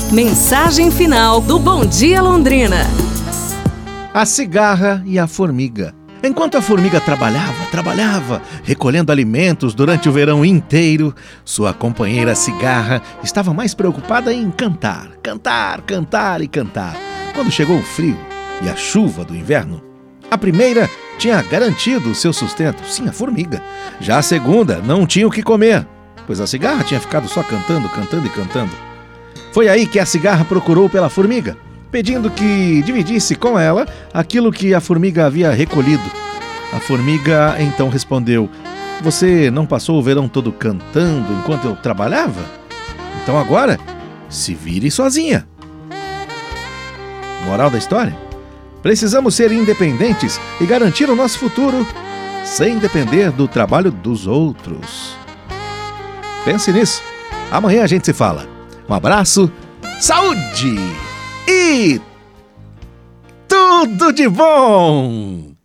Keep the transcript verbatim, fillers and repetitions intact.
Mensagem final do Bom Dia Londrina. A cigarra e a formiga. Enquanto a formiga trabalhava, trabalhava, recolhendo alimentos durante o verão inteiro, sua companheira cigarra estava mais preocupada em cantar, cantar, cantar e cantar. Quando chegou o frio e a chuva do inverno, a primeira tinha garantido o seu sustento, sim, a formiga. Já a segunda não tinha o que comer, pois a cigarra tinha ficado só cantando, cantando e cantando. Foi aí que a cigarra procurou pela formiga, pedindo que dividisse com ela aquilo que a formiga havia recolhido. A formiga então respondeu: "Você não passou o verão todo cantando enquanto eu trabalhava? Então agora, se vire sozinha." Moral da história? Precisamos ser independentes e garantir o nosso futuro sem depender do trabalho dos outros. Pense nisso. Amanhã a gente se fala. Um abraço, saúde e tudo de bom!